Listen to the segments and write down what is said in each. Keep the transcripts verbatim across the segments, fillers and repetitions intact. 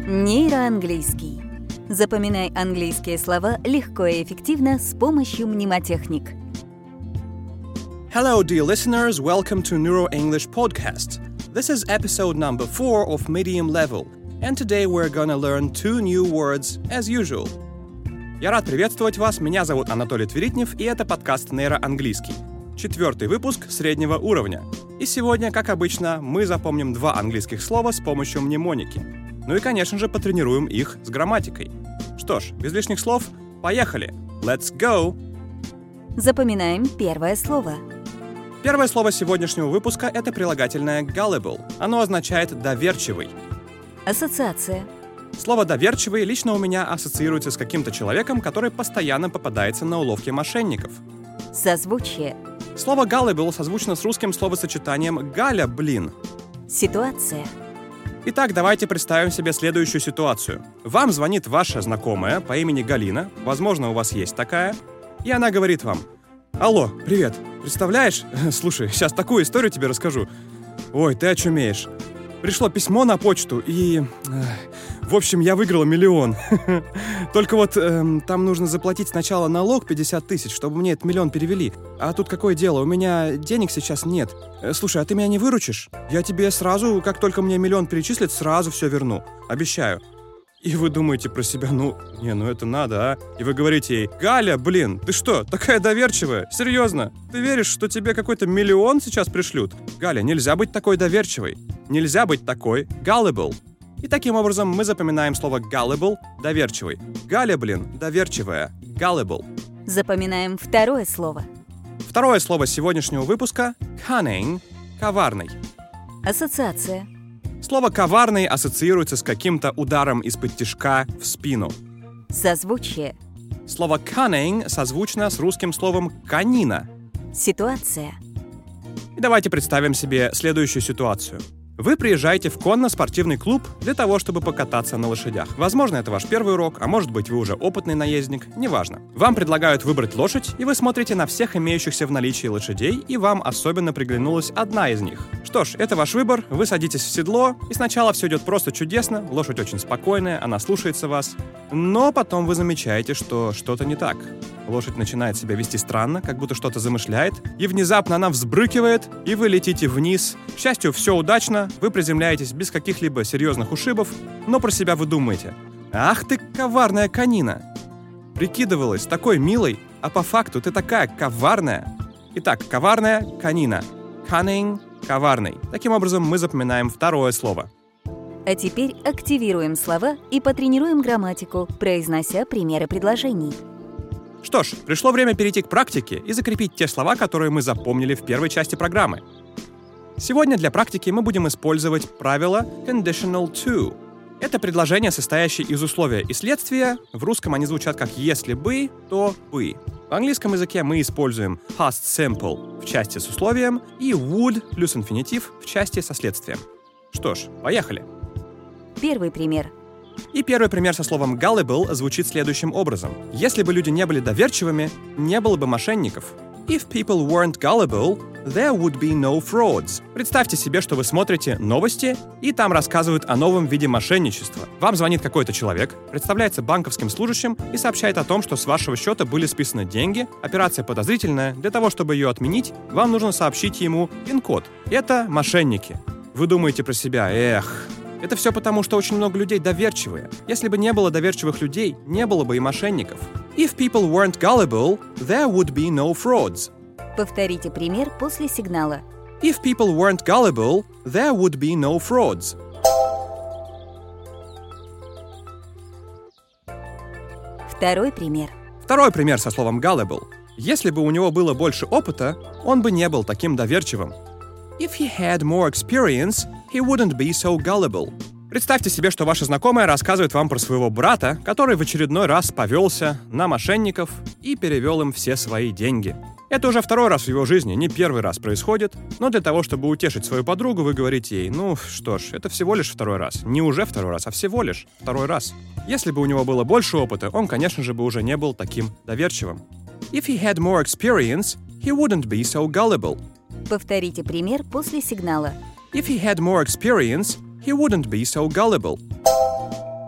Нейроанглийский. Запоминай английские слова легко и эффективно с помощью мнемотехник. Hello, dear listeners. Welcome to Neuro English Podcast. This is episode number four of Medium Level, and today we're gonna learn two new words as usual. Я рад приветствовать вас. Меня зовут Анатолий Тверитнев, и это подкаст «Нейроанглийский». Четвертый выпуск среднего уровня. И сегодня, как обычно, мы запомним два английских слова с помощью мнемоники. Ну и, конечно же, потренируем их с грамматикой. Что ж, без лишних слов, поехали! Let's go! Запоминаем первое слово. Первое слово сегодняшнего выпуска — это прилагательное gullible. Оно означает «доверчивый». Ассоциация. Слово «доверчивый» лично у меня ассоциируется с каким-то человеком, который постоянно попадается на уловки мошенников. Созвучие. Слово gullible созвучно с русским словосочетанием «галя, блин». Ситуация. Итак, давайте представим себе следующую ситуацию. Вам звонит ваша знакомая по имени Галина, возможно, у вас есть такая, и она говорит вам: «Алло, привет, представляешь? Слушай, сейчас такую историю тебе расскажу. Ой, ты очумеешь. Пришло письмо на почту, и... В общем, я выиграла миллион. Только вот эм, там нужно заплатить сначала налог пятьдесят тысяч, чтобы мне этот миллион перевели. А тут какое дело, у меня денег сейчас нет. Э, слушай, а ты меня не выручишь? Я тебе сразу, как только мне миллион перечислят, сразу все верну. Обещаю». И вы думаете про себя: ну, не, ну это надо, а? И вы говорите ей: «Галя, блин, ты что, такая доверчивая? Серьезно? Ты веришь, что тебе какой-то миллион сейчас пришлют? Галя, нельзя быть такой доверчивой. Нельзя быть такой gullible». И таким образом мы запоминаем слово gullible — доверчивый. Галя, блин, доверчивая. Gullible. Запоминаем второе слово. Второе слово сегодняшнего выпуска — cunning — коварный. Ассоциация. Слово «коварный» ассоциируется с каким-то ударом из-под тишка в спину. Созвучие. Слово cunning созвучно с русским словом «конина». Ситуация. И давайте представим себе следующую ситуацию. Вы приезжаете в конно-спортивный клуб для того, чтобы покататься на лошадях. Возможно, это ваш первый урок, а может быть, вы уже опытный наездник, неважно. Вам предлагают выбрать лошадь, и вы смотрите на всех имеющихся в наличии лошадей, и вам особенно приглянулась одна из них. Что ж, это ваш выбор, вы садитесь в седло, и сначала все идет просто чудесно, лошадь очень спокойная, она слушается вас. Но потом вы замечаете, что что-то не так. Лошадь начинает себя вести странно, как будто что-то замышляет, и внезапно она взбрыкивает, и вы летите вниз. К счастью, все удачно, вы приземляетесь без каких-либо серьезных ушибов, но про себя вы думаете: «Ах ты, коварная конина! Прикидывалась такой милой, а по факту ты такая коварная». Итак, коварная конина. Cunning — коварный. Таким образом, мы запоминаем второе слово. А теперь активируем слова и потренируем грамматику, произнося примеры предложений. Что ж, пришло время перейти к практике и закрепить те слова, которые мы запомнили в первой части программы. Сегодня для практики мы будем использовать правило conditional to. Это предложение, состоящее из условия и следствия. В русском они звучат как «если бы», то «бы». В английском языке мы используем past simple в части с условием и would плюс инфинитив в части со следствием. Что ж, поехали. Первый пример. И первый пример со словом gullible звучит следующим образом. Если бы люди не были доверчивыми, не было бы мошенников. If people weren't gullible, there would be no frauds. Представьте себе, что вы смотрите новости, и там рассказывают о новом виде мошенничества. Вам звонит какой-то человек, представляется банковским служащим и сообщает о том, что с вашего счета были списаны деньги, операция подозрительная, для того, чтобы ее отменить, вам нужно сообщить ему пин-код. Это мошенники. Вы думаете про себя: эх... Это все потому, что очень много людей доверчивые. Если бы не было доверчивых людей, не было бы и мошенников. If people weren't gullible, there would be no frauds. Повторите пример после сигнала. If people weren't gullible, there would be no frauds. Второй пример. Второй пример со словом gullible. Если бы у него было больше опыта, он бы не был таким доверчивым. If he had more experience, he wouldn't be so gullible. Представьте себе, что ваша знакомая рассказывает вам про своего брата, который в очередной раз повелся на мошенников и перевел им все свои деньги. Это уже второй раз в его жизни, не первый раз происходит, но для того, чтобы утешить свою подругу, вы говорите ей: ну что ж, это всего лишь второй раз. Не уже второй раз, а всего лишь второй раз. Если бы у него было больше опыта, он, конечно же, бы уже не был таким доверчивым. If he had more experience, he wouldn't be so gullible. Повторите пример после сигнала. If he had more experience, he wouldn't be so gullible.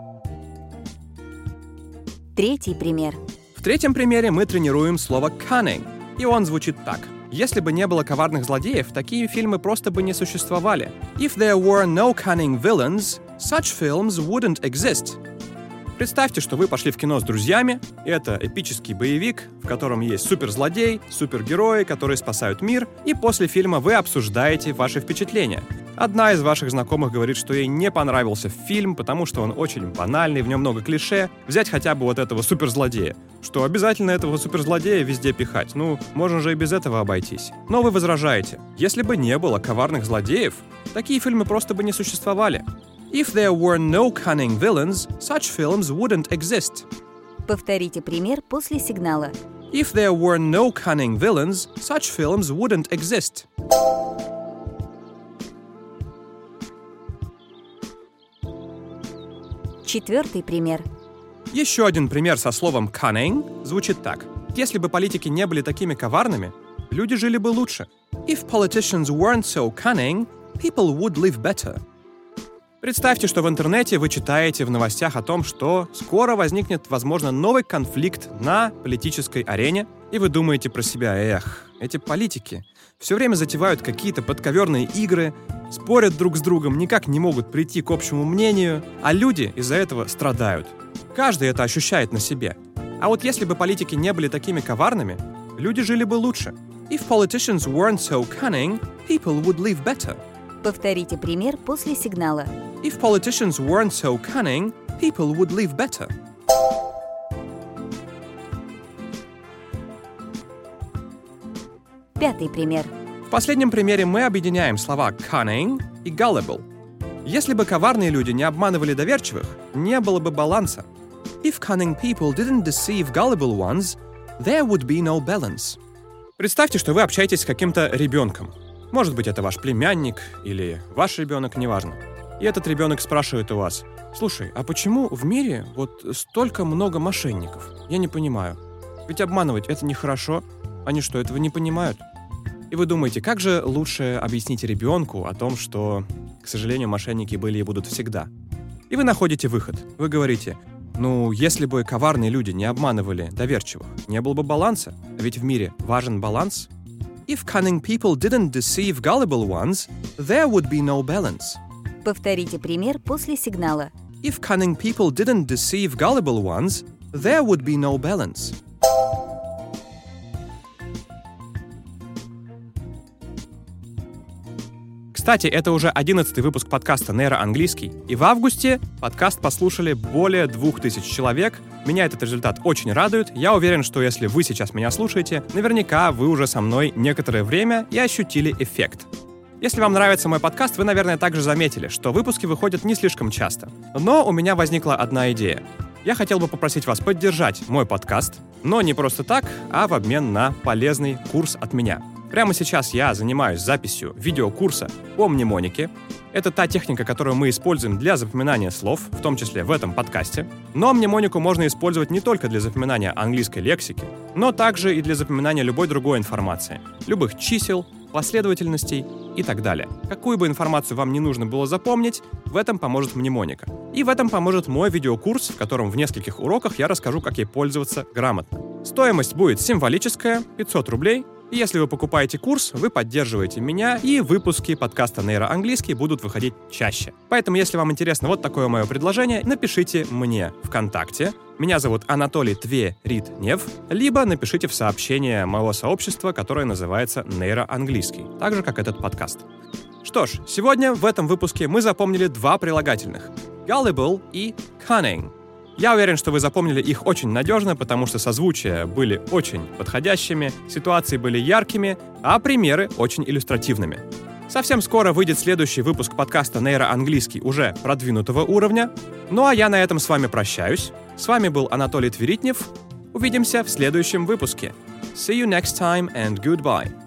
Третий пример. В третьем примере мы тренируем слово cunning, и он звучит так. Если бы не было коварных злодеев, такие фильмы просто бы не существовали. If there were no cunning villains, such films wouldn't exist. Представьте, что вы пошли в кино с друзьями, и это эпический боевик, в котором есть суперзлодей, супергерои, которые спасают мир, и после фильма вы обсуждаете ваши впечатления. Одна из ваших знакомых говорит, что ей не понравился фильм, потому что он очень банальный, в нем много клише. Взять хотя бы вот этого суперзлодея. Что обязательно этого суперзлодея везде пихать? Ну, можно же и без этого обойтись. Но вы возражаете. Если бы не было коварных злодеев, такие фильмы просто бы не существовали. If there were no cunning villains, such films wouldn't exist. Повторите пример после сигнала. If there were no cunning villains, such films wouldn't exist. Четвертый пример. Еще один пример со словом cunning звучит так. Если бы политики не были такими коварными, люди жили бы лучше. If politicians weren't so cunning, people would live better. Представьте, что в интернете вы читаете в новостях о том, что скоро возникнет, возможно, новый конфликт на политической арене, и вы думаете про себя: эх, эти политики все время затевают какие-то подковерные игры, спорят друг с другом, никак не могут прийти к общему мнению, а люди из-за этого страдают. Каждый это ощущает на себе. А вот если бы политики не были такими коварными, люди жили бы лучше. If politicians weren't so cunning, people would live better. Повторите пример после сигнала. If politicians weren't so cunning, people would live better. Пятый пример. В последнем примере мы объединяем слова cunning и gullible. Если бы коварные люди не обманывали доверчивых, не было бы баланса. If cunning people didn't deceive gullible ones, there would be no balance. Представьте, что вы общаетесь с каким-то ребенком. Может быть, это ваш племянник или ваш ребенок, неважно. И этот ребенок спрашивает у вас: «Слушай, а почему в мире вот столько много мошенников? Я не понимаю. Ведь обманывать — это нехорошо. Они что, этого не понимают?» И вы думаете, как же лучше объяснить ребенку о том, что, к сожалению, мошенники были и будут всегда? И вы находите выход. Вы говорите: ну, если бы коварные люди не обманывали доверчивых, не было бы баланса. А ведь в мире важен баланс. If cunning people didn't deceive gullible ones, there would be no balance. Повторите пример после сигнала. If cunning people didn't deceive gullible ones, there would be no balance. Кстати, это уже одиннадцатый выпуск подкаста «Нейроанглийский», и в августе подкаст послушали более двух тысяч человек. Меня этот результат очень радует. Я уверен, что если вы сейчас меня слушаете, наверняка вы уже со мной некоторое время и ощутили эффект. Если вам нравится мой подкаст, вы, наверное, также заметили, что выпуски выходят не слишком часто. Но у меня возникла одна идея. Я хотел бы попросить вас поддержать мой подкаст, но не просто так, а в обмен на полезный курс от меня. Прямо сейчас я занимаюсь записью видеокурса по мнемонике. Это та техника, которую мы используем для запоминания слов, в том числе в этом подкасте. Но мнемонику можно использовать не только для запоминания английской лексики, но также и для запоминания любой другой информации, любых чисел, последовательностей и так далее. Какую бы информацию вам не нужно было запомнить, в этом поможет мнемоника. И в этом поможет мой видеокурс, в котором в нескольких уроках я расскажу, как ей пользоваться грамотно. Стоимость будет символическая, пятьсот рублей. И если вы покупаете курс, вы поддерживаете меня, и выпуски подкаста «Нейроанглийский» будут выходить чаще. Поэтому, если вам интересно вот такое мое предложение, напишите мне ВКонтакте. Меня зовут Анатолий Тверитнев, либо напишите в сообщение моего сообщества, которое называется «Нейроанглийский», так же, как этот подкаст. Что ж, сегодня в этом выпуске мы запомнили два прилагательных — gullible и cunning. Я уверен, что вы запомнили их очень надежно, потому что созвучия были очень подходящими, ситуации были яркими, а примеры очень иллюстративными. Совсем скоро выйдет следующий выпуск подкаста «Нейроанглийский» уже продвинутого уровня. Ну а я на этом с вами прощаюсь. С вами был Анатолий Тверитнев. Увидимся в следующем выпуске. See you next time and goodbye.